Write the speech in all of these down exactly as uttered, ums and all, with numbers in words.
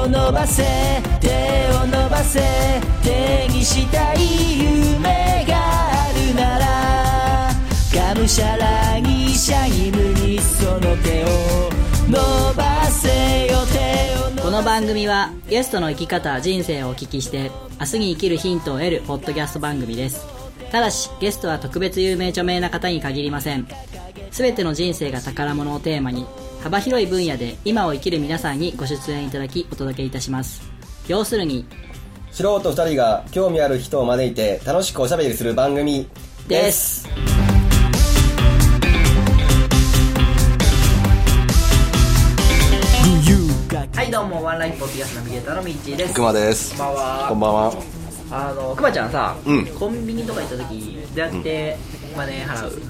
を伸ばせ手を伸ばせ手にしたい夢があるならがむしゃらにシャイムにその手を伸ばせよ手を伸ばせ。この番組はゲストの生き方人生をお聞きして明日に生きるヒントを得るポッドキャスト番組です。ただしゲストは特別有名著名な方に限りません。すべての人生が宝物をテーマに幅広い分野で今を生きる皆さんにご出演いただきお届けいたします。要するに素人ふたりが興味ある人を招いて楽しくおしゃべりする番組です。 はいどうも、ワンライフポッドキャストナビゲーターのミッチーです。 くまです。 こんばんは。 こんばんは。 あのくまちゃんさ、 うん、 コンビニとか行った時どうやってマネー払う？うん、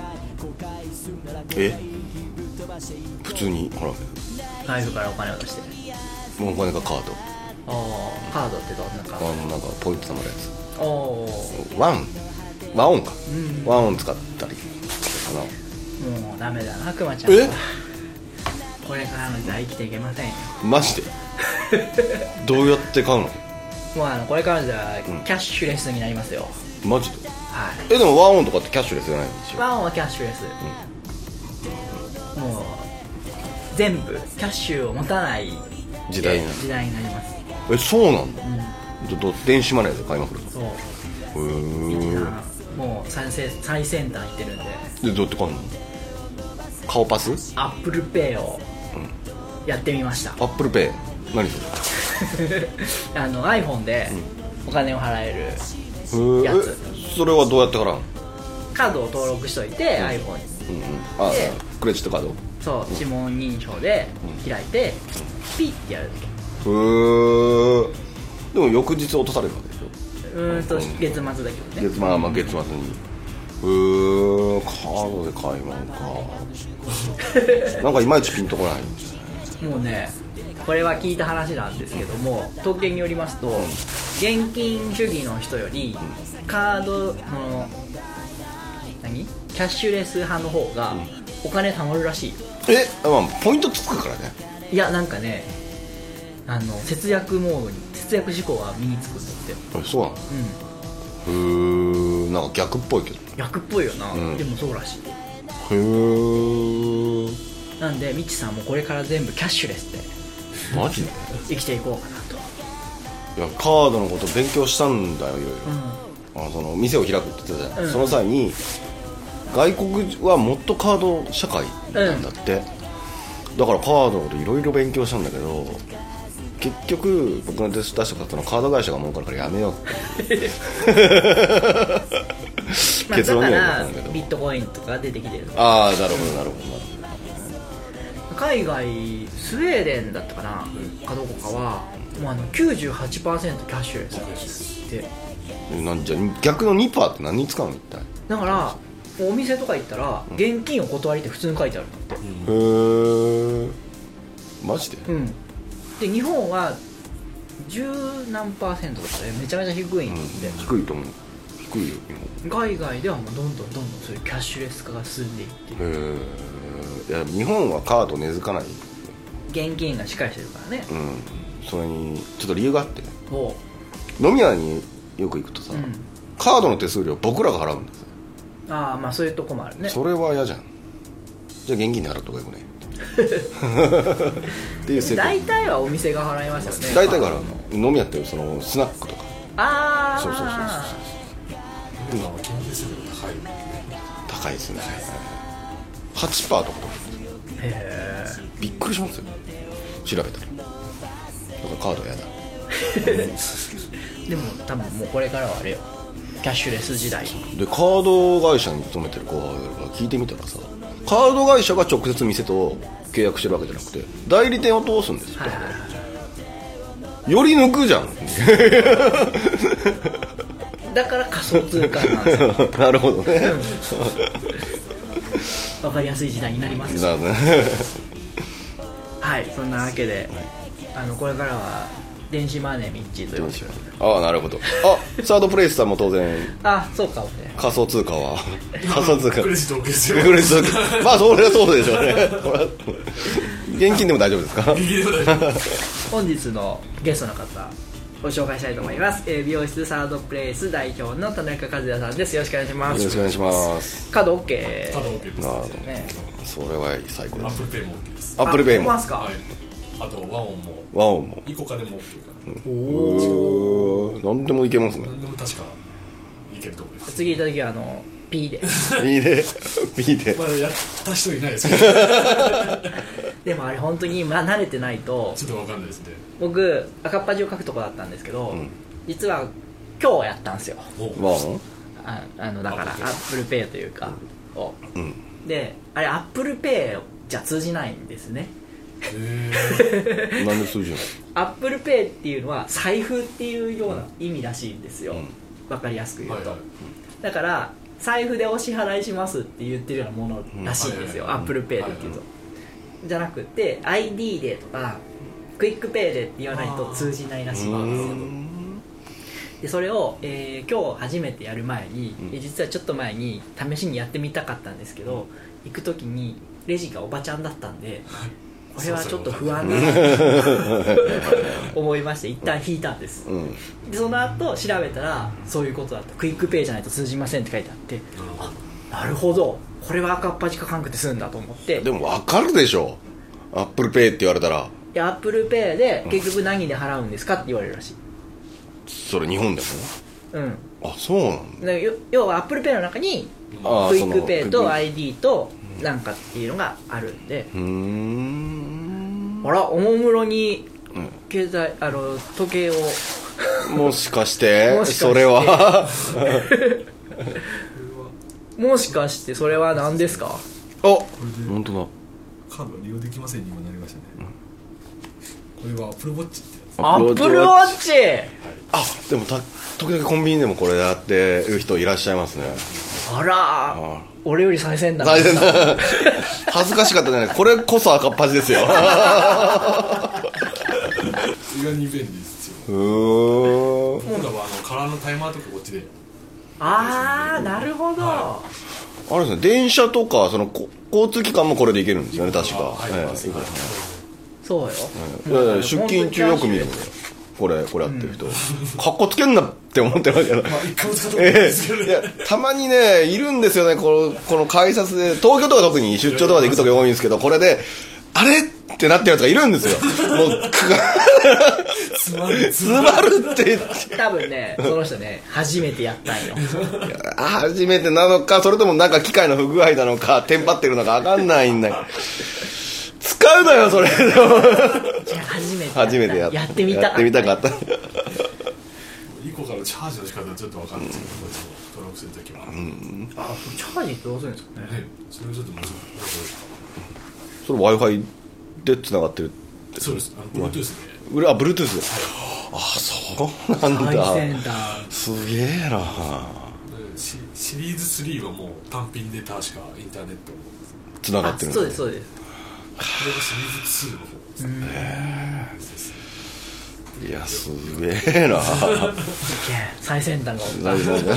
え普通に払う。 財布からお金を出して。 もうお金がカード。 ああ、カードってどんなカード？ あのなんかポイント貯まるやつ。 おお。 ワンワンオンか、 うん、 ワンオン使ったりかな。もうダメだなくまちゃん。え？これからの時代生きていけませんよ。 マジでどうやって買うの？ もうあのこれからじゃキャッシュレスになりますよ、 うん、マジで？ はい。 えでもワンオンとかってキャッシュレスじゃないんでしょ？ ワンオンはキャッシュレス、うん、もう全部キャッシュを持たない時代になる時代になります。 えそうなんだ、うん、ちょっと電子マネーで買いまくる。 そう。へーもう最先最先端行ってるんで。 でどうやって買うの？顔パス？ アップルペイをやってみました。 アップルペイ何それ？ あの iPhone でお金を払えるやつ。 それはどうやって払うの？ カードを登録しといて、うん、iPhone に、うんうん、 あクレジットカード？ そう、指紋認証で開いて、うん、ピッてやるだけ。 へー。でも翌日落とされるわけでしょ？ うーんと月末だけどね。 月,、まあ、まあ月末に。へー、カードで買い物かなんかいまいちピンとこないんですね。もうね、これは聞いた話なんですけども、統計によりますと、現金主義の人よりカードの何キャッシュレス派の方がお金貯まるらしいよ。 え、まあ、ポイントつくからね。 いや、なんかね、あの節約モードに節約事項が身につくんだって。 え、そうなの？うん。へー、なんか逆っぽいけど。 逆っぽいよな、うん、でもそうらしい。 へー。 なんでミッチさんもこれから全部キャッシュレスでマジで生きていこうかなと。 いやカードのこと勉強したんだよいろいろ、うん、あのその店を開くって言ってたじゃない、うん、その際に外国はもっとカード社会なんだって、うん、だからカードのこといろいろ勉強したんだけど結局僕が出したかったのはカード会社が儲かるからやめようって結論にはなったんだけど、まあ、だからビットコインとか出てきてる。 ああなるほどなるほど。 海外スウェーデンだったかな、うん、かどこかはもうあの きゅうじゅうはちパーセント キャッシュレスってなんじゃ逆の にパーセント って何に使うの？一体だからお店とか行ったら現金お断りって普通に書いてあるんだって、 うん、へえマジで？うんで日本は十何パーセントとかでめちゃめちゃ低いんで、うん、 低いと思う。低いよ日本。海外ではもうどんどんどんどんそういうキャッシュレス化が進んでいってる。 へえ。いや日本はカード根付かない。 現金がしっかりしてるからね。 うん。それにちょっと理由があって、飲み屋によく行くとさ、うん、カードの手数料僕らが払うんですよ。 ああまあそういうとこもあるね。 それは嫌じゃん。じゃあ現金で払った方がよくねっていう設定。 大体はお店が払いますよね。 大体が払うの。飲み屋ってそのスナックとか。 ああそうそうそうそう。今は現金手数料高い。高いですね。はちパーセントとか。へえ。びっくりしますよ。調べたら。だからカードは嫌だ。 でも多分もうこれからはあれよ。キャッシュレス時代でカード会社に勤めてる子が聞いてみたらさ、カード会社が直接店と契約してるわけじゃなくて代理店を通すんですって、はいはいはい、より抜くじゃんだから仮想通貨なんですよなるほどね分かりやすい時代になりますなるほどねはいそんなわけで、はい、あのこれからは電子マネーミッチーということで。 ああなるほど。あサードプレイスさんも当然あそうかもね。 仮想通貨は仮想通貨クレジット OK ですよ。 クレジットまあそれはそうでしょうね現金でも大丈夫ですか？ 現金でも大丈夫本日のゲストの方ご紹介したいと思います、えー、美容室サードプレイス代表の田中和也さんです。よろしくお願いします。 よろしくお願いします。 カード OK？ カード OK です。 なるほど、ね、それは最高です。 アップルペイも OK です。 アップルペイも。 あ、ますか？はい。 あとワンオンも。 ワンオンも。 イコカでも OK かな。おー、なんでもいけますね。 なんでも確かいけると思います。 次行った時はあの P で。 P で P で。 まだやった人いないですけど。 でもあれ本当にまあ慣れてないと。 ちょっとわかんないですね。 僕赤っ端を書くとこだったんですけど、うん、実は今日やったんですよ。ああのだからアップルペイというか、うん、を、うん、であれアップルペイじゃ通じないんですね。 へーなんで通じない？ アップルペイっていうのは財布っていうような意味らしいんですよ、うん、分かりやすく言うと、はいはい、だから財布でお支払いしますって言ってるようなものらしいんですよ、アップルペイって言うと、じゃなくて アイディー でとかクイックペイでって言わないと通じないらしいんですよ。でそれを、えー、今日初めてやる前に、うん、実はちょっと前に試しにやってみたかったんですけど、行く時にレジがおばちゃんだったんで、これはちょっと不安だなと思いまして一旦引いたんです、うん、でその後調べたらそういうことだった。クイックペイじゃないと通じませんって書いてあって、あ、なるほど、これは赤っ端かかんくて済んだと思って。 でも分かるでしょ、アップルペイって言われたら。 いや、アップルペイで結局何で払うんですかって言われるらしい。 それ日本でも？うん。あ、そうなんだ。 要はアップルペイの中にクイックペイと アイディー となんかっていうのがあるんで、うーん、あら、おもむろに携帯、あの時計をもしかしてもしかしてそれはもしかしてそれは何ですか？ あ、本当だ。 カードは利用できませんに今なりましたね、うん、これはアップルウォッチってやつ。 アップルウォッチ、はい、 あ、でもた時々コンビニでもこれやってる人いらっしゃいますね。 あらー、あ、俺より最先端最先端恥ずかしかったね。これこそ赤っ端ですよ。 意外に便利ですよ。うーん、今度はあのカラーのタイマーとかこっちで。 ああ、なるほど、はい、 あれですね、電車とかその交通機関もこれで行けるんですよね、確か。はい、はい、 そうよ、 はい、出勤中よく見るこれこれやってる人、うん、かっこつけんなって思ってますけど、まあ、一回も使ったことないですけど、ね、いやたまにねいるんですよね、この、この改札で。東京とか特に出張とかで行くとき多いんですけど、これであれってなってるやつがいるんですよ。もう詰まる詰まるって言って、 多分ねその人ね初めてやったんよ。 いや初めてなのか、それともなんか機械の不具合なのかテンパってるのか分かんないんだけど、使うのよそれ。 じゃあ初めて初めてやっやってみたかった。 やってみたかった。 イコからチャージの仕方はちょっと分かんないですけど、こいつを登録するときは、うん、 あ、チャージってどうするんですかね。 ね、それちょっと難しい。 それ Wi-Fi でつながってるって。 そうです、あの Bluetooth で。 あ、Bluetooth で、はい、あ、そうなんだ。 最先端。 すげえな。 シ, シリーズスリーはもう単品で確かインターネットつながってるんです。そうですそうです。 これがシリーズツーの方ですね。 いや、すげえな。 最先端が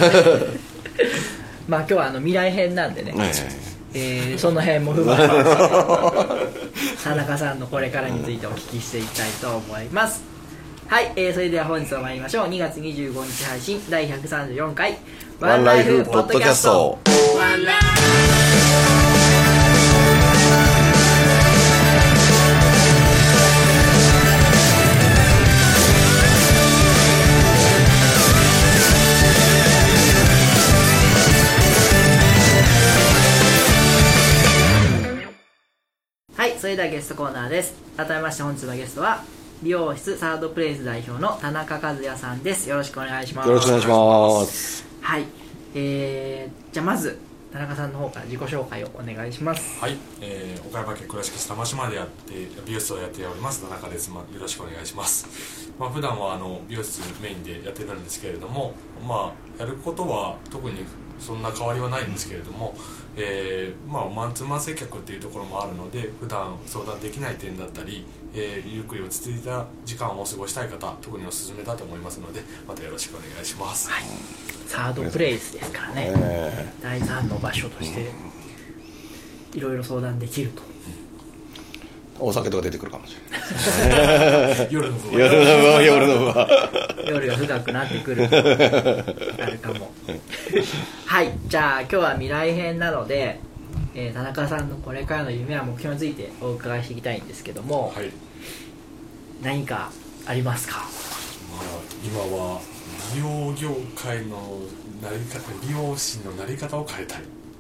まあ今日はあの未来編なんでね、えー、その辺も踏まえて田中さんのこれからについてお聞きしていきたいと思います。はい、えー、それでは本日も参りましょう。にがつにじゅうごにち配信だいひゃくさんじゅうよんかいワンライフポッドキャスト。ワンライフはい、それではゲストコーナーです。改めまして本日のゲストは美容室サードプレイス代表の田中和也さんです。よろしくお願いします。 よろしくお願いします。 はい、えー、じゃあまず田中さんの方から自己紹介をお願いします。 はい、えー、岡山県倉敷市玉島でやって美容室をやっております田中です。まあ、よろしくお願いします。まあ、普段はあの美容室メインでやってるんですけれども、まあ、やることは特にそんな変わりはないんですけれども、えーまあ、マンツーマン接客っていうところもあるので、普段相談できない点だったり、えー、ゆっくり落ち着いた時間を過ごしたい方、特におすすめだと思いますので、またよろしくお願いします。 はい、サードプレイスですからね、えー、だいさんの場所としていろいろ相談できると。 お酒とか出てくるかもしれない夜の部夜の部は夜の部は夜が深くなってくるあるかもはい、じゃあ今日は未来編なので、えー、田中さんのこれからの夢や目標についてお伺いしていきたいんですけども、はい、何かありますか？まあ、 今は美容業界のなり方、美容師のなり方を変えたい。へ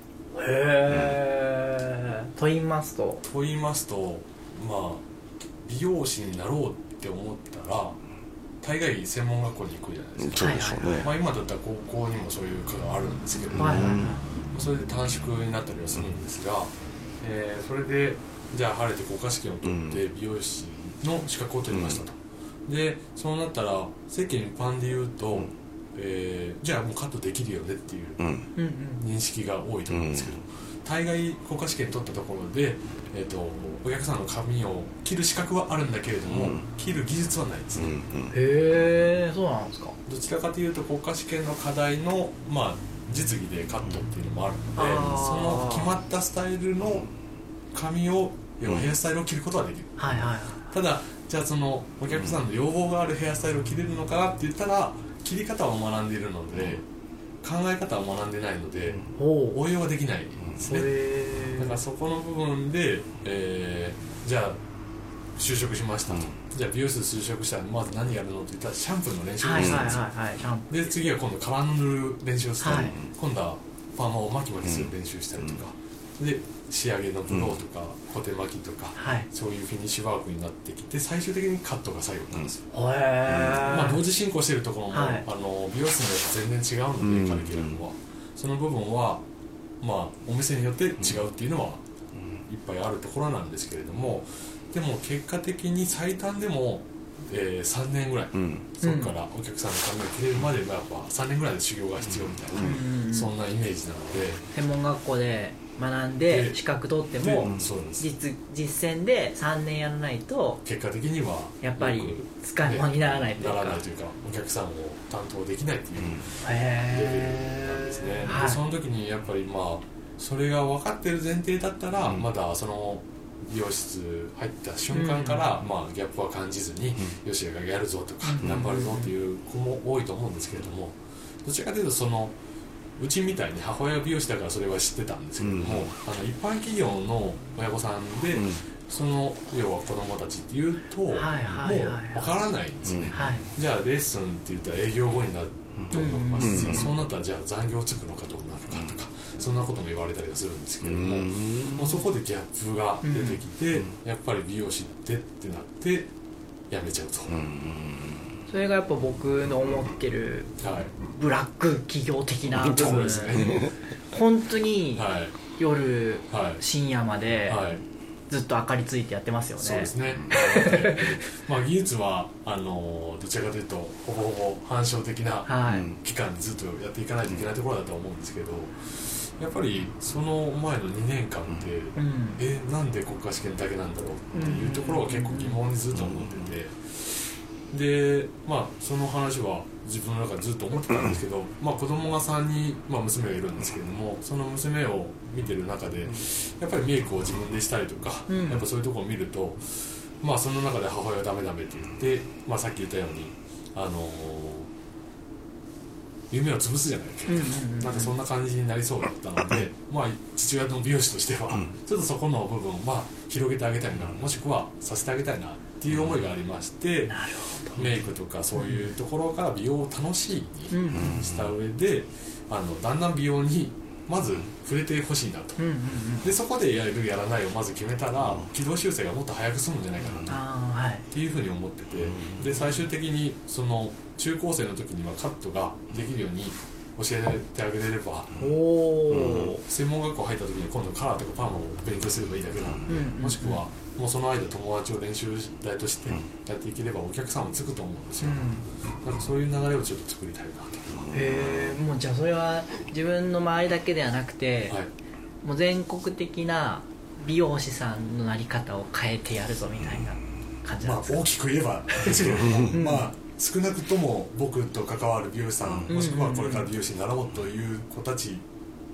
え、うん、と言いますとと言いますとまあ美容師になろうって思ったら大概専門学校に行くじゃないですか。そうでしょうね。まあ、今だったら高校にもそういう科があるんですけども、はいはいはい、それで短縮になったりはするんですが、えー、それでじゃあ晴れて国家試験を取って美容師の資格を取りましたと、うん、でそうなったら世間一般で言うと、うん、えー、じゃあもうカットできるよねっていう認識が多いと思うんですけど、うん、大概国家試験取ったところで、えー、とお客さんの髪を切る資格はあるんだけれども、うん、切る技術はないですね、うんうん、へえ、そうなんですか。 どちらかというと国家試験の課題の、まあ、実技でカットっていうのもあるので、うん、その決まったスタイルの髪を、要はヘアスタイルを切ることはできる、うん、はいはいはい、ただじゃあそのお客さんの要望があるヘアスタイルを切れるのかなって言ったら切り方を学んでいるので考え方を学んでないので応用ができないですね。だからそこの部分で、えー、じゃあ就職しましたと、うん、じゃあ美容室就職したらまず何やるのって言ったらシャンプーの練習をするんですよ、はいはいはいはい、で次は今度カラーの塗る練習をしたり、はい、今度はパーマを巻き巻きする練習したりとか、うん、で仕上げのブローとか、うん、コテ巻きとか、はい、そういうフィニッシュワークになってきて最終的にカットが最後なんですよ、うん、へー、まあ、同時進行しているところも、はい、あの美容室によって全然違うので、うん、カリキュラムはその部分は、まあ、お店によって違うっていうのはいっぱいあるところなんですけれども、でも結果的に最短でも、えー、さんねんぐらい、うん、そこからお客さんの髪を切れるまではやっぱさんねんぐらいで修行が必要みたいな、うん、そんなイメージなので専門学校で学んで資格取っても、うん、そうです、実, 実践でさんねんやらないと結果的にはやっぱり使い物にならないというか、 ならないというかお客さんを担当できないっていうレベルなんですね、うん、でその時にやっぱりまあそれが分かってる前提だったら、うん、まだその美容室入った瞬間から、うん、まあ、ギャップは感じずに、うん、よしがやるぞとか、うん、頑張るぞっていう子も多いと思うんですけれども、どちらかというとそのうちみたいに母親美容師だからそれは知ってたんですけども、うん、あの一般企業の親御さんで、うん、その要は子供たちっていうと、はいはいはいはい、もう分からないんですね、うん、はい、じゃあレッスンって言ったら営業後になると思いますし、うん、そうなったらじゃあ残業つくのかどうなのかとか、そんなことも言われたりはするんですけれども、うん、もうそこでギャップが出てきて、うん、やっぱり美容師ってってなって辞めちゃうと、うん、 それがやっぱ僕の思ってるブラック企業的な部分、はい、本当に夜、はい、深夜までずっと明かりついてやってますよね。 そうですねまあ技術はあのどちらかというとほぼほぼ反証的な期間でずっとやっていかないといけないところだと思うんですけど、やっぱりその前のにねんかんで、うん、えなんで国家試験だけなんだろうっていうところは結構疑問にずっと思ってて、でまあその話は自分の中でずっと思ってたんですけど、まあ子供がさんにん、まあ、娘がいるんですけれども、その娘を見てる中でやっぱりメイクを自分でしたりとか、うん、やっぱそういうところを見ると、まあその中で母親はダメダメって言って、まあ、さっき言ったようにあのー夢を潰すじゃないけど、うんうんうん、なんかそんな感じになりそうだったのでまあ父親の美容師としては、うん、ちょっとそこの部分をまあ広げてあげたいな、もしくはさせてあげたいなっていう思いがありまして、うん、なるほど、メイクとかそういうところから美容を楽しいにした上で、あのだんだん美容にまず触れてほしいなと、うんうんうん、でそこでやるやらないをまず決めたら軌道修正がもっと早く済むんじゃないかなっていうふうに思ってて、で最終的にその中高生の時にはカットができるように教えてあげれれば、お、うん、専門学校入った時に今度カラーとかパーマを勉強すればいいだけなので、うん、もしくはもうその間友達を練習台としてやっていければお客さんもつくと思うんですよ、うん、なんかそういう流れをちょっと作りたいなと。 へえ、もうじゃあそれは自分の周りだけではなくて、はい、もう全国的な美容師さんのなり方を変えてやるぞみたいな感じなんですか。 まあ大きく言えばですけどまあ少なくとも僕と関わる美容師さん、うん、もしくはこれから美容師になろうという子たち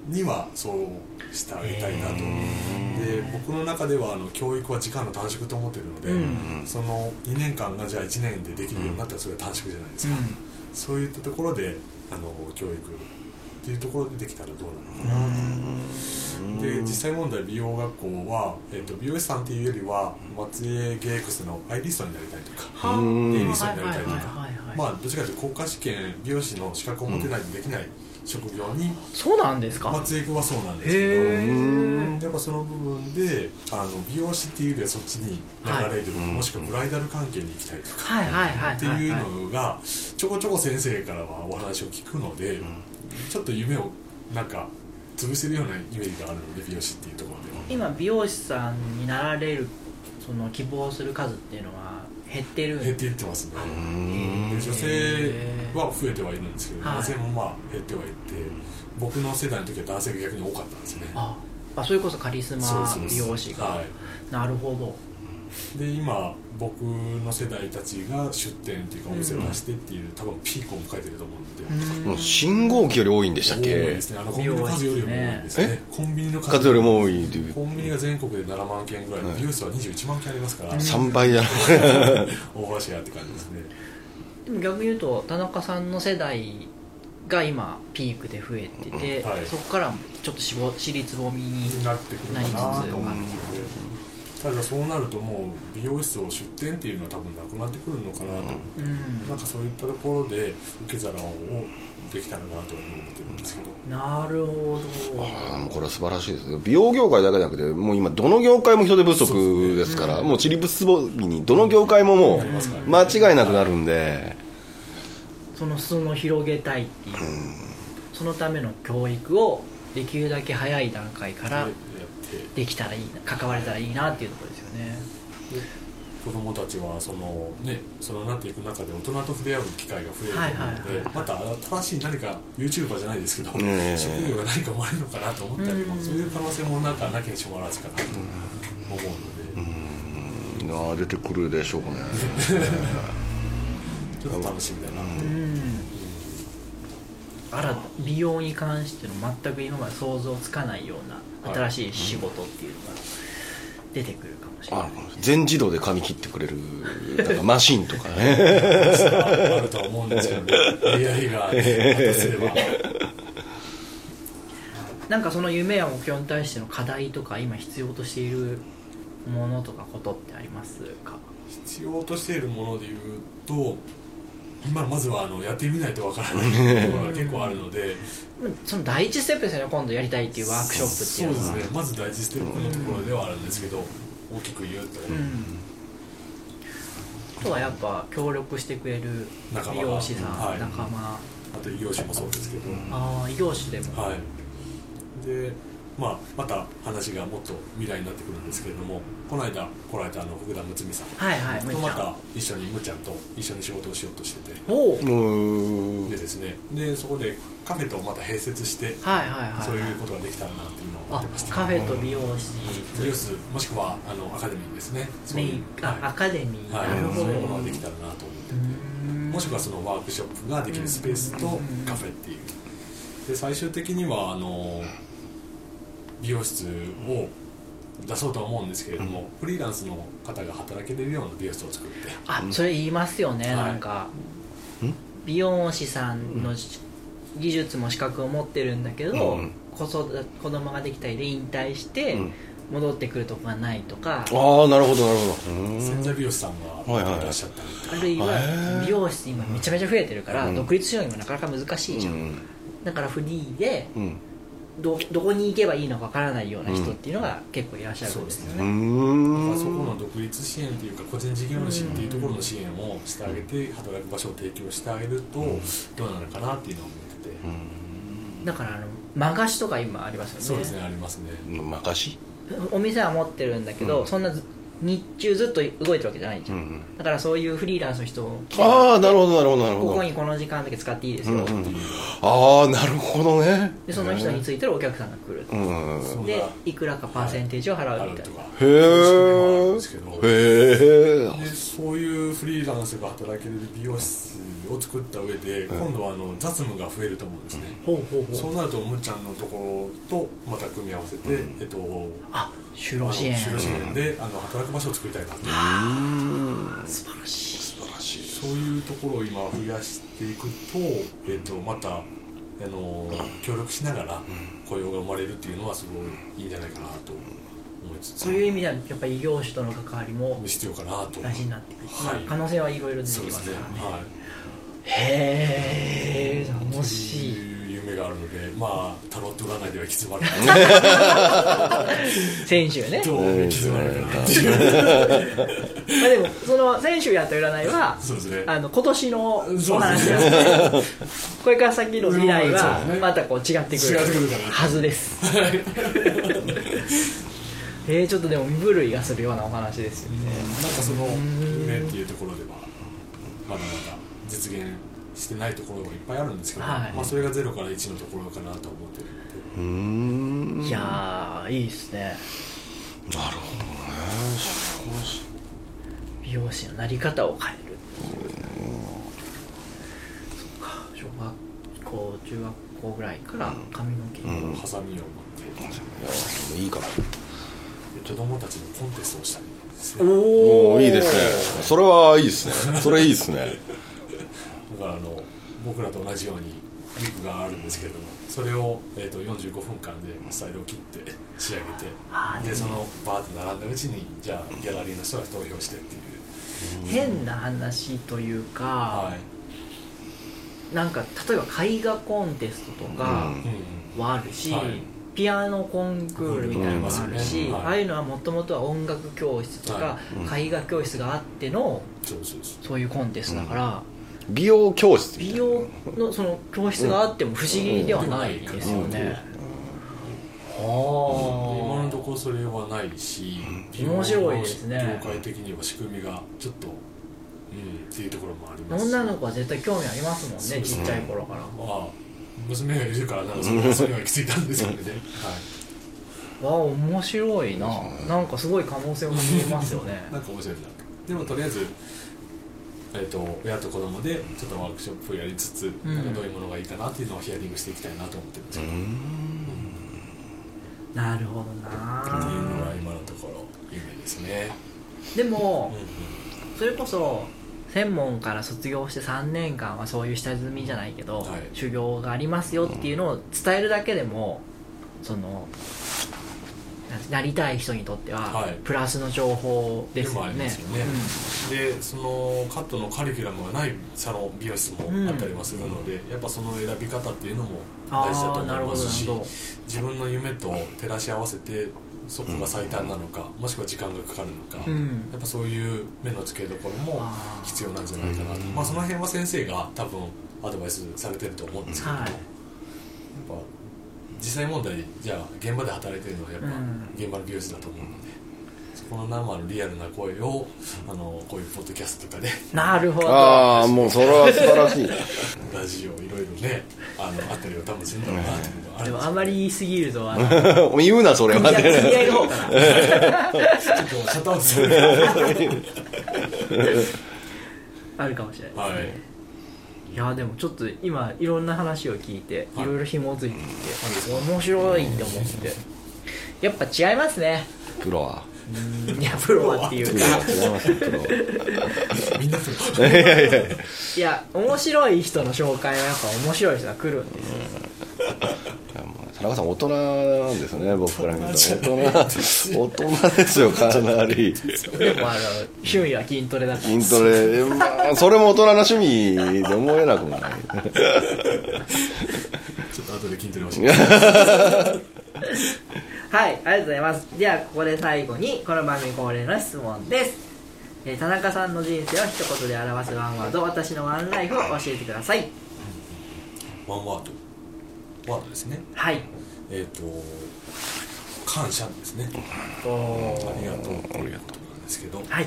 にはそうしてあげたいなと。で僕の中ではあの教育は時間の短縮と思ってるので、うん、そのにねんかんがじゃあいちねんでできるようになったらそれは短縮じゃないですか、うん、そういったところであの教育っていうところでできたらどうなのかなと。で実際問題美容学校は、えー、と美容師さんっていうよりは松江ゲークスのアイリストになりたいとかネイリストになりたいとか、まあどちらかというと国家試験美容師の資格を持ってないとできない職業に、うん、 そうなんですか。 松江君はそうなんですけど、やっぱその部分であの美容師っていうよりはそっちに流れる、はい、もしくはブライダル関係に行きたいとかっていうのがちょこちょこ先生からはお話を聞くので、ちょっと夢をなんか潰してるようなイメージがあるので美容師っていうところでは今美容師さんになられるその希望する数っていうのは減ってる減っていってますね。女性は増えてはいるんですけど、男性もまあ減ってはいって、僕の世代の時は男性が逆に多かったんですね。 ああ、それこそカリスマ美容師が、はい、なるほど。 で今僕の世代たちが出店っていうかお店を出してっていう、うん、多分ピークを迎えてると思うので、 もう信号機より多いんでしたっけ。 多いですね。あのコンビニの数よりも多いんですね。コンビニの数よりも多いという。 コンビニが全国でななまんけんぐらい、美容室はにじゅういちまんけんありますから、 さんばいじゃないオーバーシェアって感じですね。 でも逆に言うと田中さんの世代が今ピークで増えてて、うん、はい、そこからちょっとしぼ尻つぼみになってくるかなと思うんですよね。 ただそうなるともう美容室を出店っていうのは多分なくなってくるのかなと、うん、なんかそういったところで受け皿をできたらなと思ってるんですけど。 なるほど。 あ、これは素晴らしいですね。美容業界だけじゃなくてもう今どの業界も人手不足ですから、ね、うん、もうちりぶつぼみにどの業界ももう間違いなくなるんで、 その裾野を広げたいっていう、うん、そのための教育をできるだけ早い段階からできたらいいな、関われたらいいなっていうところですよね。 子どもたちはそのね、そのなっていく中で大人と触れ合う機会が増えると思うので、また新しい何か YouTuber じゃないですけど、ね、職業が何か生まれるのかなと思ったりも、そういう可能性もなんかなきにしもあらずかなと思うので、 うん、うん、出てくるでしょうね。 ちょっと楽しみだなと。うん、 あら、美容に関しての全く今まで想像つかないような新しい仕事っていうのが出てくるかもしれない、ね、 全自動で髪切ってくれるなんかマシンとかねあるとは思うんですけど、ね、エーアイ が渡せればなんかその夢や目標に対しての課題とか今必要としているものとかことってありますか？ 必要としているものでいうと、今まずはあのやってみないとわからないところが結構あるのでその第一ステップですよね。今度やりたいっていうワークショップっていうのは。 そうですね、まず第一ステップのところではあるんですけど、大きく言うと、うん、あとはやっぱ協力してくれる美容師さん、はい、仲間、あと異業種もそうですけど、 ああ、異業種でも、 はい、で、まあ、また話がもっと未来になってくるんですけれども、この間来られたあの福田睦美さん、 はいはい、 とまた一緒にむちゃんと一緒に仕事をしようとしてて、 おでですね、でそこでカフェとまた併設して、はいはいはい、そういうことができたらなっていうのを思ってました。 カフェと美容師、 美容室もしくはあのアカデミーですね。 そういう、あ、はい、アカデミー、 はい、なるほど、そういうものができたらなと思ってて、もしくはそのワークショップができるスペースとカフェっていう、で最終的にはあの美容室を出そうとは思うんですけれども、うん、フリーランスの方が働けれるような美容室を作って、 あ、それ言いますよね、はい、なんか美容師さんの技術も資格を持ってるんだけど、うん、子育子供ができたりで引退して戻ってくるとこがないとか、 うん、ああ、なるほどなるほど、 潜在美容師さんがいらっしゃったりとか、 あるいは美容室今めちゃめちゃ増えてるから、うん、独立しようにもなかなか難しいじゃん、うん、だからフリーで、うん、ど, どこに行けばいいのかわからないような人っていうのが結構いらっしゃるんですよね、うん、 だからそこの独立支援っていうか個人事業主っていうところの支援をしてあげて、働く場所を提供してあげるとどうなのかなっていうのを思ってて、 うん、だからあのマガシとか今ありますよね。 そうですね、ありますね。 マガシお店は持ってるんだけど、うん、そんな日中ずっと動いてるわけじゃないじゃん、うんうん、だからそういうフリーランスの人をああ、なるほどなるほどなるほど、 ここにこの時間だけ使っていいですよ、うんうん、 ああ、なるほどね。 でその人についてるお客さんが来る、うん、でいくらかパーセンテージを払うみたいな、 へえ、へえ、 でそそういうフリーランスが働ける美容室を作った上で、うん、今度はあの雑務が増えると思うんですね、うん、ほうほうほう。そうなるとむっちゃんのところとまた組み合わせて、うん、えっとあ就労支援就労支援で、うん、あの働く場所を作りたいなと。 うん素晴らしい素晴らしい。そういうところを今増やしていくと、えっと、またあの協力しながら雇用が生まれるっていうのはすごいいいんじゃないかなと思いつつ、 そういう意味ではやっぱり異業種との関わりも必要かなと大事になってくる、はい、可能性はいろいろ出てきますからね。 はい、 へえ楽しい。 そういう夢があるので、まあタロット占いでは行き詰まる先週ねどう行き詰まるかなっていうまあでもその先週やった占いはそうです、ね、 あの今年のお話です、ね、これから先の未来はまたこう違ってくるはずですえー、ちょっとでも身震いがするようなお話ですよね。 なんかその夢っていうところではまだまだ実現してないところがいっぱいあるんですけど、はい、まあ、それがゼロからいちのところかなと思ってるので、 うーんいやーいいですね。 なるほどね。 美容師のなり方を変える。そっか小学校中学校ぐらいから髪の毛にハサミを持っていいから子供たちのコンテストをしたりですね。おおいいですね。それはいいですね。それいいですね。 だからあの僕らと同じようにウィッグがあるんですけれども、それを、えー、とよんじゅうごふんかんでスタイルを切って仕上げて、でそのバーって並んだうちにじゃあギャラリーの人が投票してっていう変な話というか、はい、なんか例えば絵画コンテストとかはあるし、うんはい、ピアノコンクールみたいなのもあるし、うんはい、ああいうのはもともとは音楽教室とか、はい、絵画教室があっての、うん、そういうコンテストだから、 うん、美容教室美容のその教室があっても不思議ではないですよね。 今のところそれはないし、 面白いですね。 業界的には仕組みがちょっと、うん、っていうところもあります。 女の子は絶対興味ありますもんね、ちっちゃい頃から。まあ娘がいるからなんかそれそれは行き着いたんですよね。 はい。わあ面白いな。なんかすごい可能性も見えますよね。 なんか面白いな。でもとりあえず。えー、と親と子供でちょっとワークショップをやりつつ、うん、なんかどういうものがいいかなっていうのをヒアリングしていきたいなと思ってるんですけど、うん、 なるほどなっていうのは今のところ夢ですね。 でも、うんうん、それこそ専門から卒業してさんねんかんはそういう下積みじゃないけど、はい、修行がありますよっていうのを伝えるだけでもそのなりたい人にとってはプラスの情報ですよね。 でもありますよね、うん、でそのカットのカリキュラムがないサロン美容室もあったりもするので、うん、やっぱその選び方っていうのも大事だと思いますし、自分の夢と照らし合わせてそこが最短なのか、もしくは時間がかかるのか、うん、やっぱそういう目の付けどころも必要なんじゃないかなと、まあ、その辺は先生が多分アドバイスされてると思うんですけども、はい、やっぱ実際問題じゃあ現場で働いてるのはやっぱ現場の美容師だと思うので、うん、そこの生のリアルな声をあのこういうポッドキャストとかでなるほど、 ああもうそれは素晴らしいラジオいろいろねあのあったりは多分するんだろうなっていうのはあるんですけど、 でもあまり言い過ぎるとあの言うなそれは組合の方かなちょっとシャットアウトするあるかもしれないですね、はい。いやでもちょっと今いろんな話を聞いていろいろ紐づいてきて、はい、面白いって思ってやっぱ違いますねプロは。 うんいやプロはっていうか違いますプロみんなプロいやいやいや面白い人の紹介はやっぱ面白い人が来るんですよ、 うん、田中さん大人なんですね。僕から見ると大人大人ですよかなり。 でもあの趣味は筋トレだから筋トレ、まあ、それも大人の趣味で思えなくもないちょっと後で筋トレをしますはい、ありがとうございます。ではここで最後にこの番組恒例の質問です、えー、田中さんの人生を一言で表すワンワード、私のワンライフを教えてください。 ワンワードワードですね。 はい。 えっ、ー、と感謝ですね。 おありがとうっていうことなんですけど、はいはい。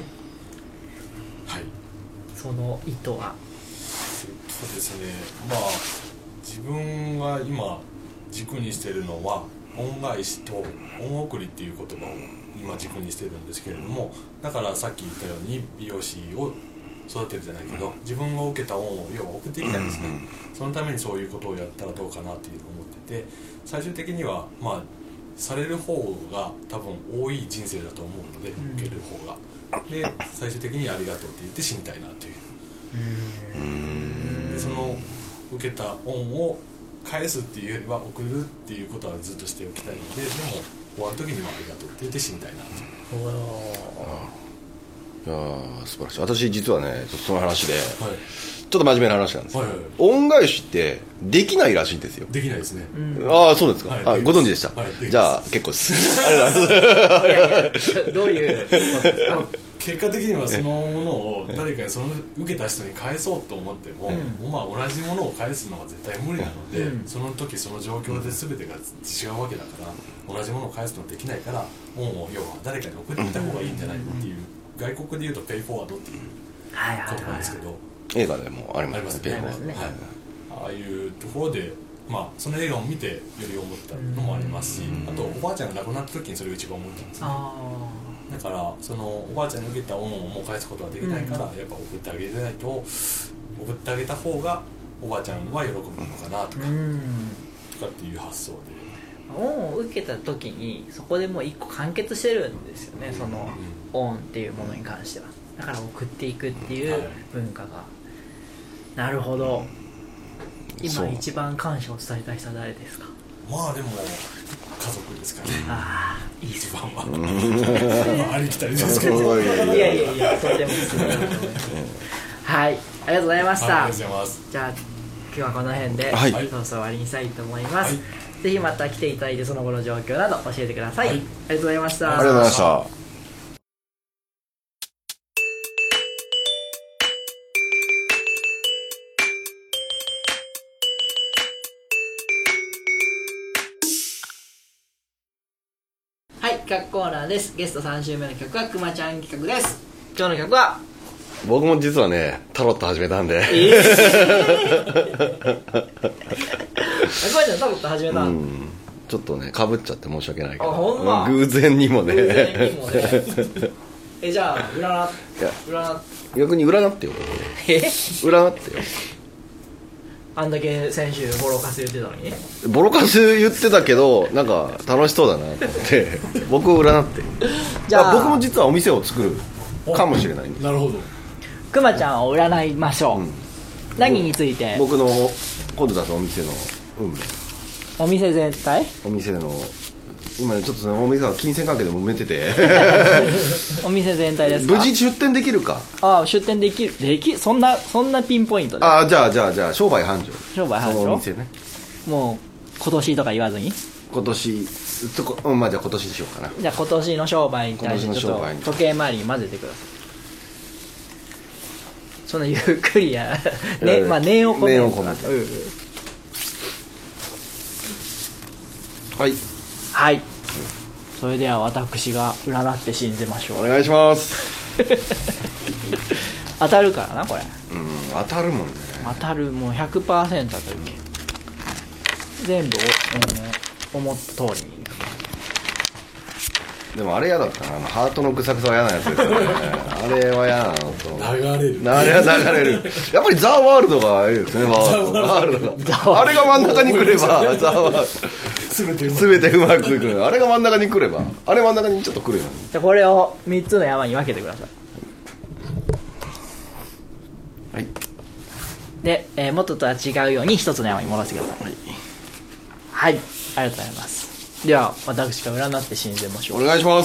その意図はそうですね。まあ自分が今軸にしているのは恩返しと恩送りっていう言葉を今軸にしてるんですけれども、だからさっき言ったように美容師を育てるじゃないけど、自分が受けた恩を要は送っていきたいんですね、うんうん、そのためにそういうことをやったらどうかなっていうのを思ってて、最終的にはまあされる方が多分多い人生だと思うので、うん、受ける方がで最終的にありがとうって言って死にたいなという、うーんでその受けた恩を返すっていうよりは送るっていうことはずっとしておきたいので、でも終わる時にはありがとうって言って死にたいなという。 いやー素晴らしい。私実はねちょっとその話で、はい、ちょっと真面目な話なんですけど、はいはいはい、恩返しってできないらしいんですよ。 できないですね、うん、 ああそうですか、はい、あご存知でした、はい、じゃあ結構ですありがとうございますいやいやどういう結果的にはそのものを誰かにその受けた人に返そうと思っても、うん、まあ同じものを返すのは絶対無理なので、うん、その時その状況で全てが違うわけだから、同じものを返すのはできないから、恩を要は誰かに送っていった方がいいんじゃないっていう、外国でいうとペイフォワードっていうことなんですけど、 映画でもありますね、 はい、ああいうところで、まあ、その映画を見てより思ったのもありますし、あとおばあちゃんが亡くなった時にそれを一番思ったんですね。だからそのおばあちゃんに受けた恩をもう返すことはできないから、うん、やっぱ送ってあげないと、送ってあげた方がおばあちゃんは喜ぶのかなとか、うん、とかっていう発想で、 恩を受けた時にそこでもう一個完結してるんですよね、その恩っていうものに関しては。だから送っていくっていう文化が、はい、なるほど。今一番感謝を伝えたい人は誰ですか？ まあでも家族ですかね。 ああ、いい一番はありきたりですけどいやいやいや、とてもすごいと思いますはい、ありがとうございました。 ありがとうございます。 じゃあ今日はこの辺で、 はい、 そろそろ終わりにしたいと思います、はい、ぜひまた来ていただいてその後の状況など教えてください、はい、ありがとうございました。 ありがとうございました。 企画コーナーです。ゲストさん週目の曲はくまちゃん企画です。今日の曲は僕も実はねタロット始めたんで、 えー、くまちゃんタロット始めた、うん、 ちょっとねかぶっちゃって申し訳ないけど、 あほんま偶然にもね、偶然にもねえじゃあ占占逆に占ってよえ占ってよ。 あんだけ先週ボロカス言ってたのにボロカス言ってたけどなんか楽しそうだなと思って僕を占ってじゃあ僕も実はお店を作るかもしれないんです。 なるほど。 くまちゃんを占いましょう、うん、何について？ 僕の今度だとお店の運命、 お店全体？ お店の今ちょっとお店は金銭関係で揉めててお店全体ですか？ 無事出店できるか？ ああ出店できるできそんなそんなピンポイントで。 ああじゃあじゃあじゃあ商売繁盛。 商売繁盛。 お店ね。 もう今年とか言わずに。 今年とこ、うん、まあじゃあ今年にしようかな。 じゃあ今年の商売に対してちょっと時計回りに混ぜてください。そんなゆっくりやね、まあ念を込めて。念を込めて。うん、 はいはい。それでは私が占って信じましょう。 お願いします当たるからなこれ。 うん当たるもんね。 当たるもう ひゃくパーセント 当たるけ、全部お、うん、思った通りに。 でもあれ嫌だったな、ハートのぐさぐさは嫌なやつですよねあれは嫌なのと流れるあれは流れるやっぱりザ・ワールドがいいですね。ワールドがあれが真ん中に来ればザ・ワールド全てうまくいく。あれが真ん中に来ればあれ真ん中にちょっと来るよ。 じゃあこれをみっつの山に分けてください。 はいで、えー、元とは違うようにひとつの山に戻してください。はい、はい、ありがとうございます。では私が占って信じましょう。 お願いします。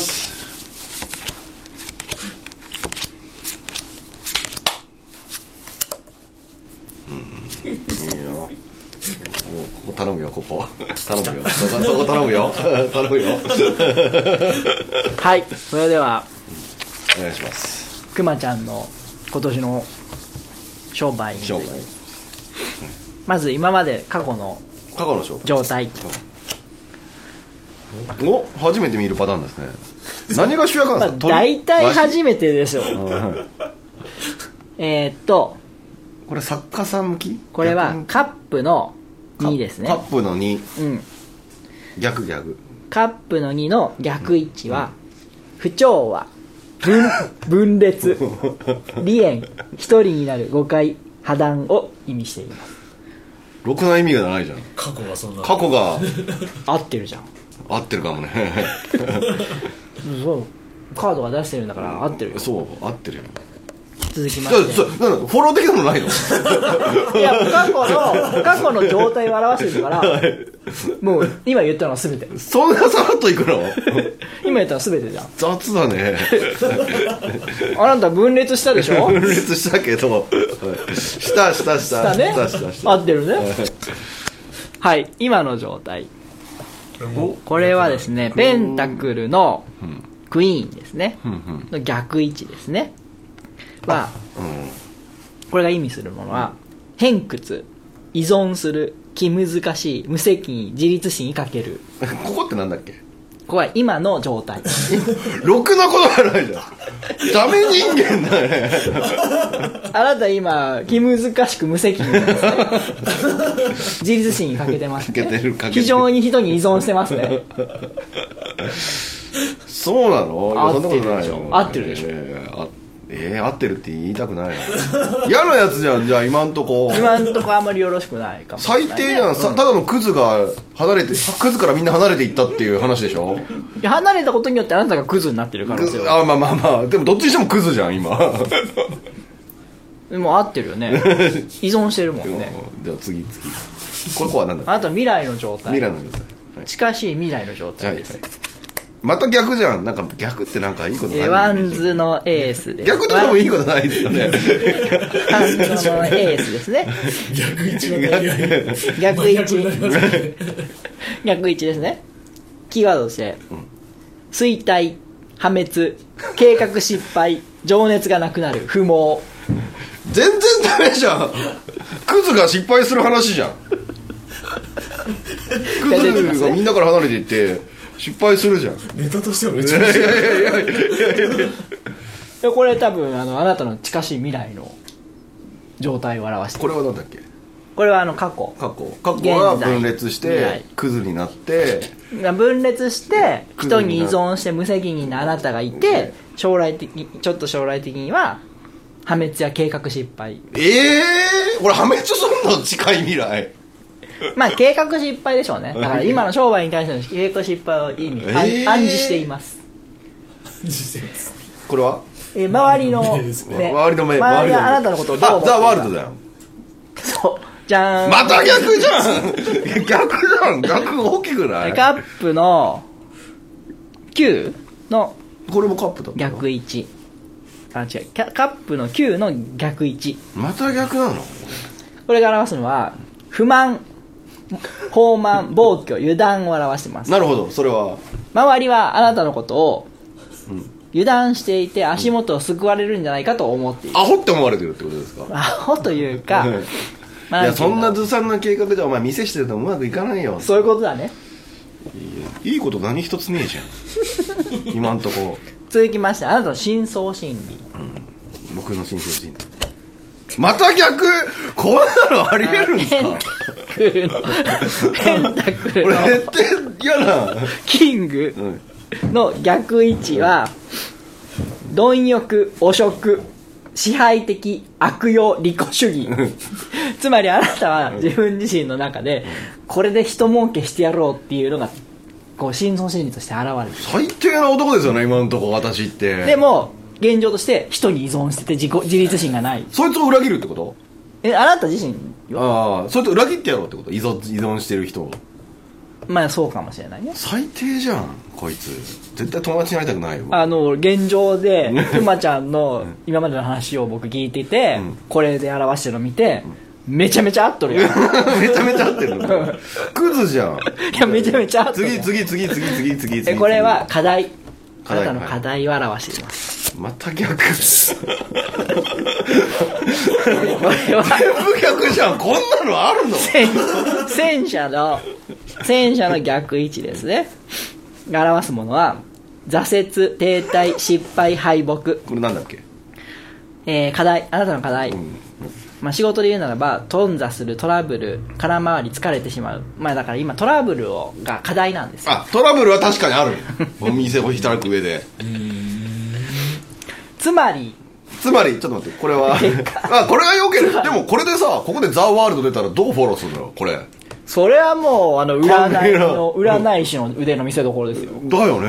うん、いいよ。ここ頼むよ、ここ頼むよそこ頼むよ頼むよはい、それではお願いします。 くまちゃんの今年の商売について、 商売、 まず今まで過去の過去の商売状態。 お初めて見るパターンですね。何が主役なんですか？ 大体初めてですよえっとこれ作家さん向き？ これはカップのにですね。 カップのに、 うん、 逆逆カップのにの逆位置は、 不調和、分分裂、離縁、一人になる、誤解、破談を意味しています。 ろくな意味がないじゃん。 過去がそんな過去が合ってるじゃん。 合ってるかもねそうカードが出してるんだから合ってるよ。 そう合ってるよ。 続きまして、 フォロー的なのないのいや過去の過去の状態を表してるから、もう今言ったのは全て。 そんなさらっといくの今言ったのは全てじゃん。 雑だねあなた分裂したでしょ。 分裂したけどしたしたしたしたね。 したしたした合ってるねはい今の状態、これはですねペンタクルのクイーンですね、の逆位置ですねは、うん、これが意味するものは、偏屈、依存する、気難しい、無責任、自立心に欠ける。 ここってなんだっけ。 ここは今の状態ろくなことがないじゃん。ダメ人間だねあなた今気難しく無責任ですね自立心に欠けてますね。 欠けてる欠けてる。 非常に人に依存してますねそうなの。 合ってるでしょ。合ってるでしょ。 えー、合ってるって言いたくないな嫌なやつじゃん。じゃあ今んとこ今んとこあんまりよろしくないかもしれない、ね、 最低じゃん、うん、ただのクズが離れてクズからみんな離れていったっていう話でしょ。 いや離れたことによってあなたがクズになってる可能性は。 あまあまあまあでもどっちにしてもクズじゃん今でも合ってるよね依存してるもんねじゃあ次次これこは何だっけ。 あなた未来の状態。 未来の状態、はい、 近しい未来の状態です、はいはい。 また逆じゃん。なんか逆ってなんかいいことない。 ワンズのエースです。 逆とかもいいことないですよね。 ワンズのエースですね。 逆位置の逆位置逆位置ですね。キーワードとして、うん、衰退、破滅、計画失敗、情熱がなくなる、不毛。 全然ダメじゃん。クズが失敗する話じゃん。クズがみんなから離れていって失敗するじゃん。 ネタとしてはめちゃめちゃいやいやいやいやいやこれ多分あのあなたの近しい未来の状態を表してる。 これは何だっけ。 これはあの過去過去過去は分裂してクズになって分裂して人に依存して無責任なあなたがいて、将来的ちょっと将来的には破滅や計画失敗。 ええー、これ破滅するの近い未来。 まあ計画失敗でしょうね。だから今の商売に対しての計画失敗を意味、えー、暗示しています。 これは、 えー、周りの、ね、 周りの目、 周りがあなたのことをどう思ってるか。 ザ・ワールドだよ。 そうじゃーん。 また逆じゃん逆じゃん。逆大きくない。 カップのきゅうのこれもカップだった逆位置。あ違うカップのきゅうの逆位置。 また逆なの。これが表すのは不満、放慢、暴挙、油断を表してます。 なるほど。それは周りはあなたのことを油断していて足元を救われるんじゃないかと思っている。 アホって思われてるってことですか。 アホというかいやそんなずさんな計画じゃお前店してるとうまくいかないよ。 そういうことだね。 いい、いいこと何一つねえじゃん今んとこ。 続きましてあなたの深層心理、 うん、僕の深層心理また逆。こんなのありえるんですか。 ペンタクルの俺絶対嫌なキングの逆位置は貪欲、汚職、支配的、悪用、利己主義つまりあなたは自分自身の中でこれで人儲けしてやろうっていうのがこう深層心理として現れる。 最低な男ですよね今のとこ私って。 でも現状として人に依存してて 自己自立心がない。 そいつを裏切るってこと。 えあなた自身ああそいつを裏切ってやろうってこと。依存依存してる人を。 まあそうかもしれないね。 最低じゃんこいつ。絶対友達になりたくないよ。 あの現状でくまちゃんの今までの話を僕聞いてて、うん、これで表してるの見て、うん、めちゃめちゃ合っとるやんめちゃめちゃ合ってるのクズじゃん。 いやめちゃめちゃ合っとる。 次次次次次次次。 えこれは課題。あなたの課題を表しています、 はい、また逆これは全部逆じゃん。こんなのあるの。 戦車の戦車の逆位置ですね。表すものは挫折、停滞、失敗、敗北。これなんだっけ。 えー、課題。あなたの課題、うんまあ、仕事で言うならば頓挫する、トラブル、空回り、疲れてしまう。まあだから今トラブルをが課題なんですよ。 あトラブルは確かにあるお店を働く上でつまりつまりちょっと待って、これはあ、これが良ければ、でもこれでさ、ここでザ・ワールド出たらどうフォローするのこれ。 それはもうあの占いの占い師の腕の見せ所ですよ。 だよね。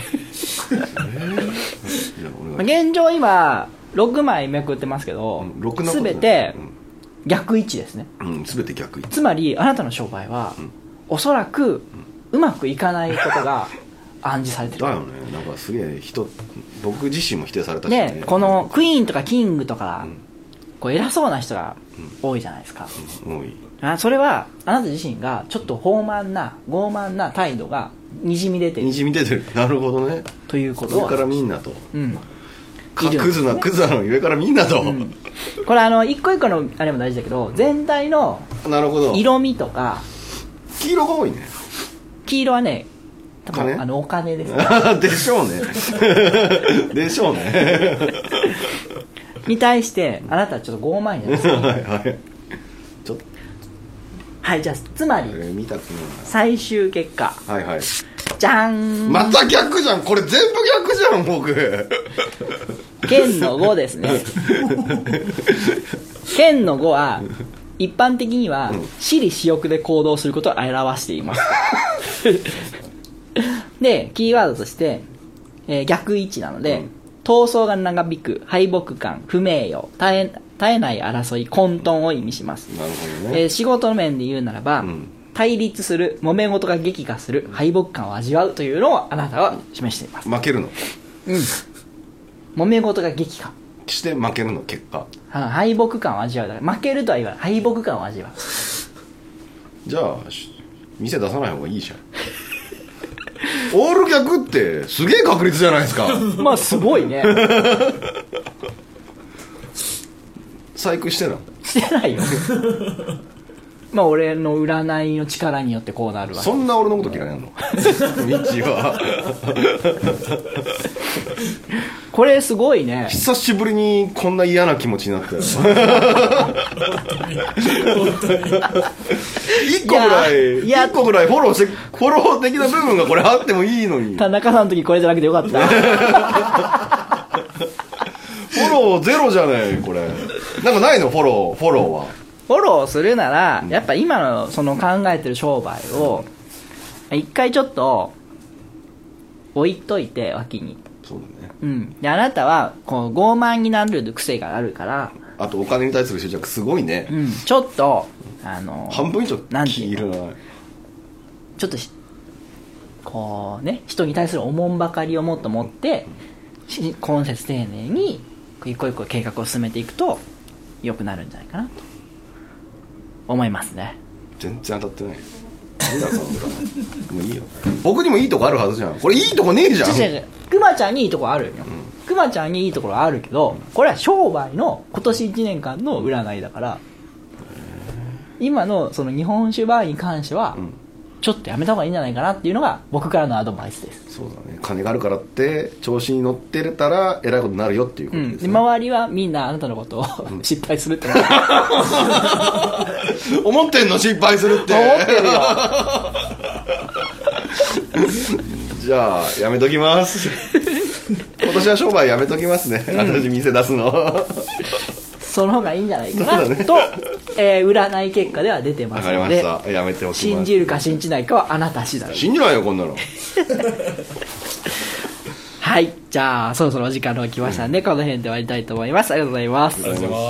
えー、現状今ろくまいめくってますけど、すべ、うん、て逆位置ですね。 うん、すべて逆位置。 つまりあなたの商売は、うん、おそらくうまくいかないことが暗示されてる。 だよね。なんかすげえ人、僕自身も否定されたしね。 ね、このクイーンとかキングとか、うん、こう偉そうな人が多いじゃないですか。 うん、多い。 あ、それはあなた自身がちょっと放慢な傲慢な態度がにじみ出てる。 にじみ出てる。なるほどね。 ということは上からみんなと。 うん。 クズな、クズなの上からみんなと。うん、 これあの一個一個のあれも大事だけど、全体の色味とか。 黄色が多いね。 黄色はね、多分あのお金ですね。 でしょうね。でしょうね。 に対してあなたはちょっと傲慢じゃないですか。はいはい。ちょっと。はい、じゃあつまり最終結果。 はいはい。 じゃん。 また逆じゃん。これ全部逆じゃん僕。 剣のごですね。剣のごは一般的には私利私欲で行動することを表しています。でキーワードとして、えー、逆位置なので、うん、闘争が長引く、敗北感、不名誉、絶え、絶えない争い、混沌を意味します。 なるほどね。 えー、仕事の面で言うならば、うん、対立する、揉め事が激化する、敗北感を味わうというのをあなたは示しています。 負けるの。 うん。揉め事が激化して負けるの結果。 敗北感を味わうだから、負けるとは言わない、敗北感を味わう。 じゃあ店出さない方がいいじゃん。オール逆ってすげえ確率じゃないですか。 まあすごいね。 細工してないしてないよ。まあ俺の占いの力によってこうなるわけ。 そんな俺のこと嫌いなの？ミッチーは。 これすごいね。 久しぶりにこんな嫌な気持ちになったよ。一個ぐらい一個ぐらいフォローして、フォロー的な部分がこれあってもいいのに。 田中さんの時これじゃなくてよかった。フォローゼロじゃないこれ。なんかないのフォローフォローは。 フォローするならやっぱ今のその考えてる商売を一回ちょっと置いといて脇に。 そうだね。 うん。であなたはこう傲慢になる癖があるから。 あとお金に対する執着すごいね。 うん。ちょっとあの半分以上なんていうのちょっとこうね人に対するおもんばかりをもっと持って今節丁寧に一個一個計画を進めていくと良くなるんじゃないかなと思いますね。 全然当たってない。もういいよ。僕にもいいとこあるはずじゃん。これいいとこねえじゃん。 くまちゃんにいいとこあるよ。くま、うん、ちゃんにいいところあるけど、これは商売の今年いちねんかんの占いだから、今のその日本酒バーに関しては、うん、ちょっとやめた方がいいんじゃないかなっていうのが僕からのアドバイスです。 そうだね。金があるからって調子に乗ってれたらえらいことになるよっていうことですね。 うん、周りはみんなあなたのことを、うん、失敗するって思ってんの失敗するって思ってるよ。 じゃあやめときます。今年は商売やめときますね、うん、私店出すの。 その方がいいんじゃないかな、ね、と、えー、占い結果では出てますので、 わかりました。やめておきます。 信じるか信じないかはあなた次第。 信じないよこんなの。 はい、じゃあそろそろお時間が来ましたんで、うん、この辺で終わりたいと思います。ありがとうございます。 ありがとうございます。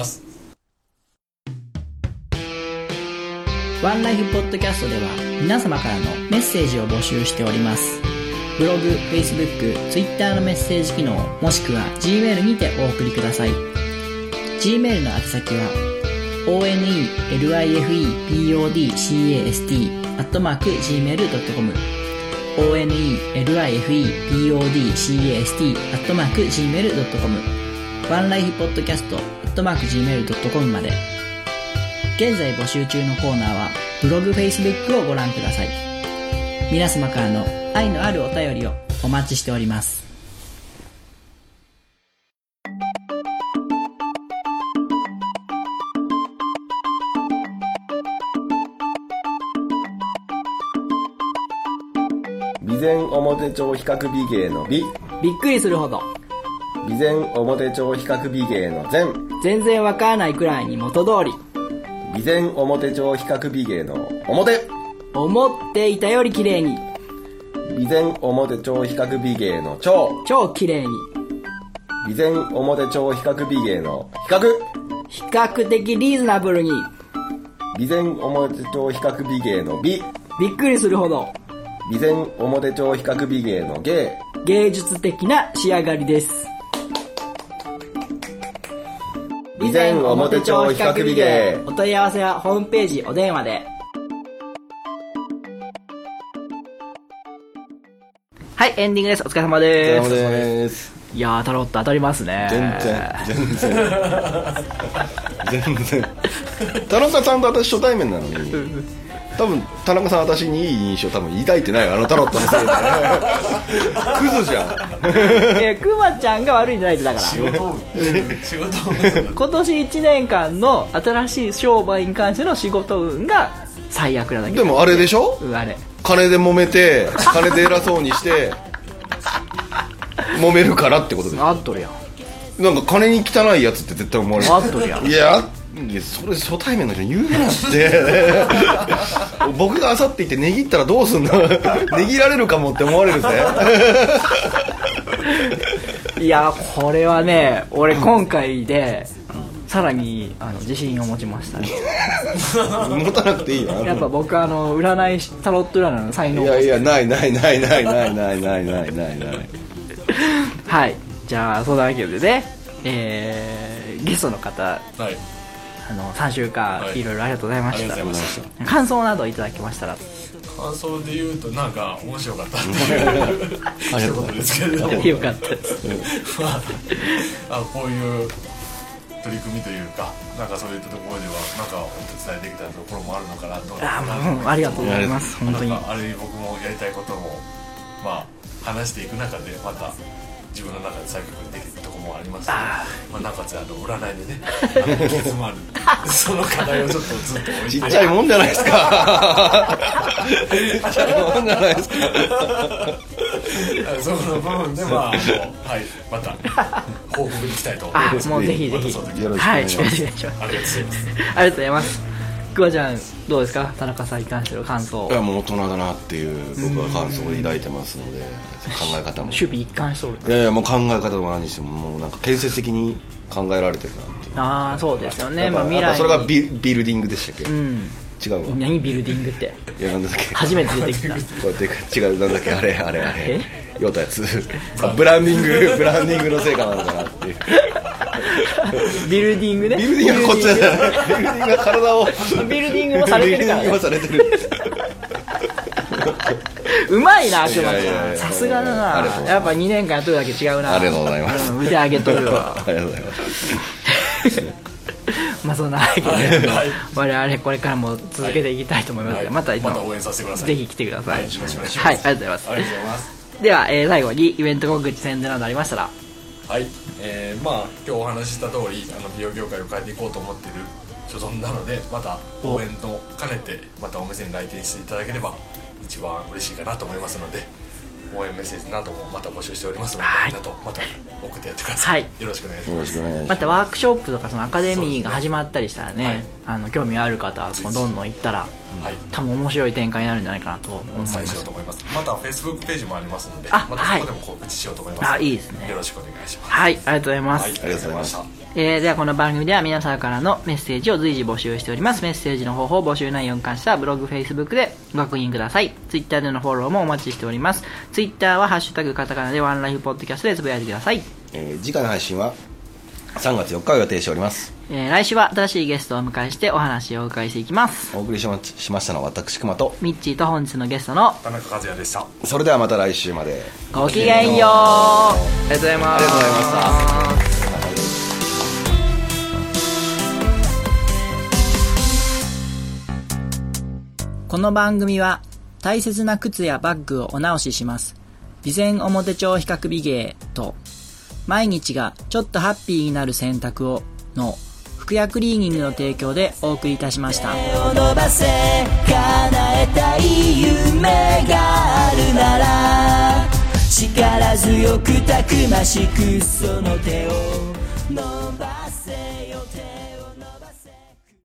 ワンライフポッドキャストでは皆様からのメッセージを募集しております。ブログ、Facebook、Twitter のメッセージ機能、もしくは Gmail にてお送りください。Gmail の宛先は オーエヌイーエルアイエフイーピーオーディーシーエーエスティー アットマーク ジーメールドットコム オーエヌイーエルアイエフイーピーオーディーシーエーエスティー アットマーク ジーメールドットコム ワンライフポッドキャスト アットマーク ジーメールドットコム まで。現在募集中のコーナーはブログ、Facebook をご覧ください。皆様からの愛のあるお便りをお待ちしております。 備前表帳比較美芸の美、 びっくりするほど備前表町比較美芸の前。 全然わからないくらいに元通り。 備前表町比較美芸の表。 思っていたより綺麗に。 備前表町比較美芸の町。 超綺麗に。 備前表町比較美芸の比較。 比較的リーズナブルに。 備前表町比較美芸の美。 びっくりするほど。 備前表町比較美芸の芸。 芸術的な仕上がりです。 備前表町比較美芸。 お問い合わせはホームページお電話で。はい、エンディングです。お疲れ様です。 お疲れ様です。 いやー、タロット当たりますね。 全然全然全然田中さんと私初対面なのに多分田中さん私にいい印象多分抱いてないあのタロットのせいでクズじゃん。 いや、クマちゃんが悪いんじゃないってだから仕事仕事今年いちねんかんの新しい商売に関しての仕事運が最悪なだけ。 でもあれでしょ、 うん、あれ金で揉めて金で偉そうにして揉めるからってことであっとるやん。 なんか金に汚いやつって絶対思われる。 あっとるやん。 いやいやそれ初対面の人に言うなって僕があさって行って値切ったらどうすんの値切られるかもって思われるぜいやこれはね俺今回でさらにあの自信を持ちましたね持たなくていいよ。 やっぱ僕あの占いタロット占いの才能いやいやないないないないないないないないないないはい、じゃあそんなわけでね、えー、ゲストの方、はい、あのさんしゅうかん、はい、いろいろありがとうございました。感想などいただきましたら。 感想で言うとなんか面白かったっていう一言ですけれどもよかったです、 まあ、あこういう取り組みというかなんかそういったところではなんかお手伝いできたところもあるのかなと。 あもうありがとうございます本当に。 あれ僕もやりたいこともまあ話していく中でまた自分の中で採掘できるところもありますので、あ、まあ、なおかつあの占いでね行き詰まるその課題をちょっとずっと置いてちっちゃいもんじゃないですかちっちゃいもんじゃないですかそこの部分でまあ、あの、はい、また報告に行きたいと思います。 あ、もうぜひぜひ、 ま、 よろしくお願いします。はい、ありがとうございます。 ありがとうございます。 ありがとうございます。くまちゃんどうですか、田中さんに関しての感想。 いやもう大人だなっていう僕は感想を抱いてますので、考え方も守備一貫しとる。 いやいやもう考え方も何してももうなんか建設的に考えられてるなっていう。 ああそうですよね。まあ未来それが ビ, ビルディングでしたっけ、うん、違うわ。 何ビルディングって。 いやなんだっけ初めて出てきたこうやって違うなんだっけあれあれあれ酔ったやつブランディングブランディングの成果なのかなっていうビルディングね。 ビルディングはこっちじゃない。ビルディングが体をビルディングもされてるから、ね、 ビルディングもされてるうまいな、くまちゃん。さすがだな。やっぱにねんかんやっとるだけ違うな。 ありがとうございます、 うん、腕上げとるわありがとうございますまあそんなわけで、はい、我々これからも続けていきたいと思いますので、はい、また、 また応援させてください。 ぜひ来てください。 はい、よろしくお願いします。 はい、ありがとうございます。 ありがとうございます。 では、えー、最後にイベント告知宣伝などありましたら。 はい、えー、まあ今日お話しした通りあの美容業界を変えていこうと思っている所存なので、また応援と兼ねてまたお店に来店していただければ一番嬉しいかなと思いますので、応援メッセージなどもまた募集しておりますので、はい、みんなとまた送ってやってください。はい、よろしくお願いします。 またワークショップとかそのアカデミーが始まったりしたらね、はい、あの興味ある方はどんどん行ったら、はい、多分面白い展開になるんじゃないかなと思います。 また Facebook ページもありますので、またそこでも告知しようと思いますので、 あ、いいですね。 よろしくお願いします。 はい、ありがとうございます。 はい、ありがとうございました。 えー、ではこの番組では皆様からのメッセージを随時募集しております。メッセージの方法、募集内容に関してはブログ、Facebook でご確認ください。Twitter でのフォローもお待ちしております。Twitter はハッシュタグカタカナでワンライフポッドキャストでつぶやいてください。 えー、次回の配信はさんがつよっかを予定しております。 えー、来週は新しいゲストをお迎えしてお話をお伺いしていきます。 お送りしま、しましたのは私熊とミッチーと本日のゲストの田中和也でした。 それではまた来週までごきげんよう。ありがとうございます。 ありがとうございました。 この番組は大切な靴やバッグをお直しします備前表町比較美芸と毎日がちょっとハッピーになる選択をの福屋クリーニングの提供でお送りいたしました。手を伸ばせ叶えたい夢があるなら力強強くたくましくその手を伸ば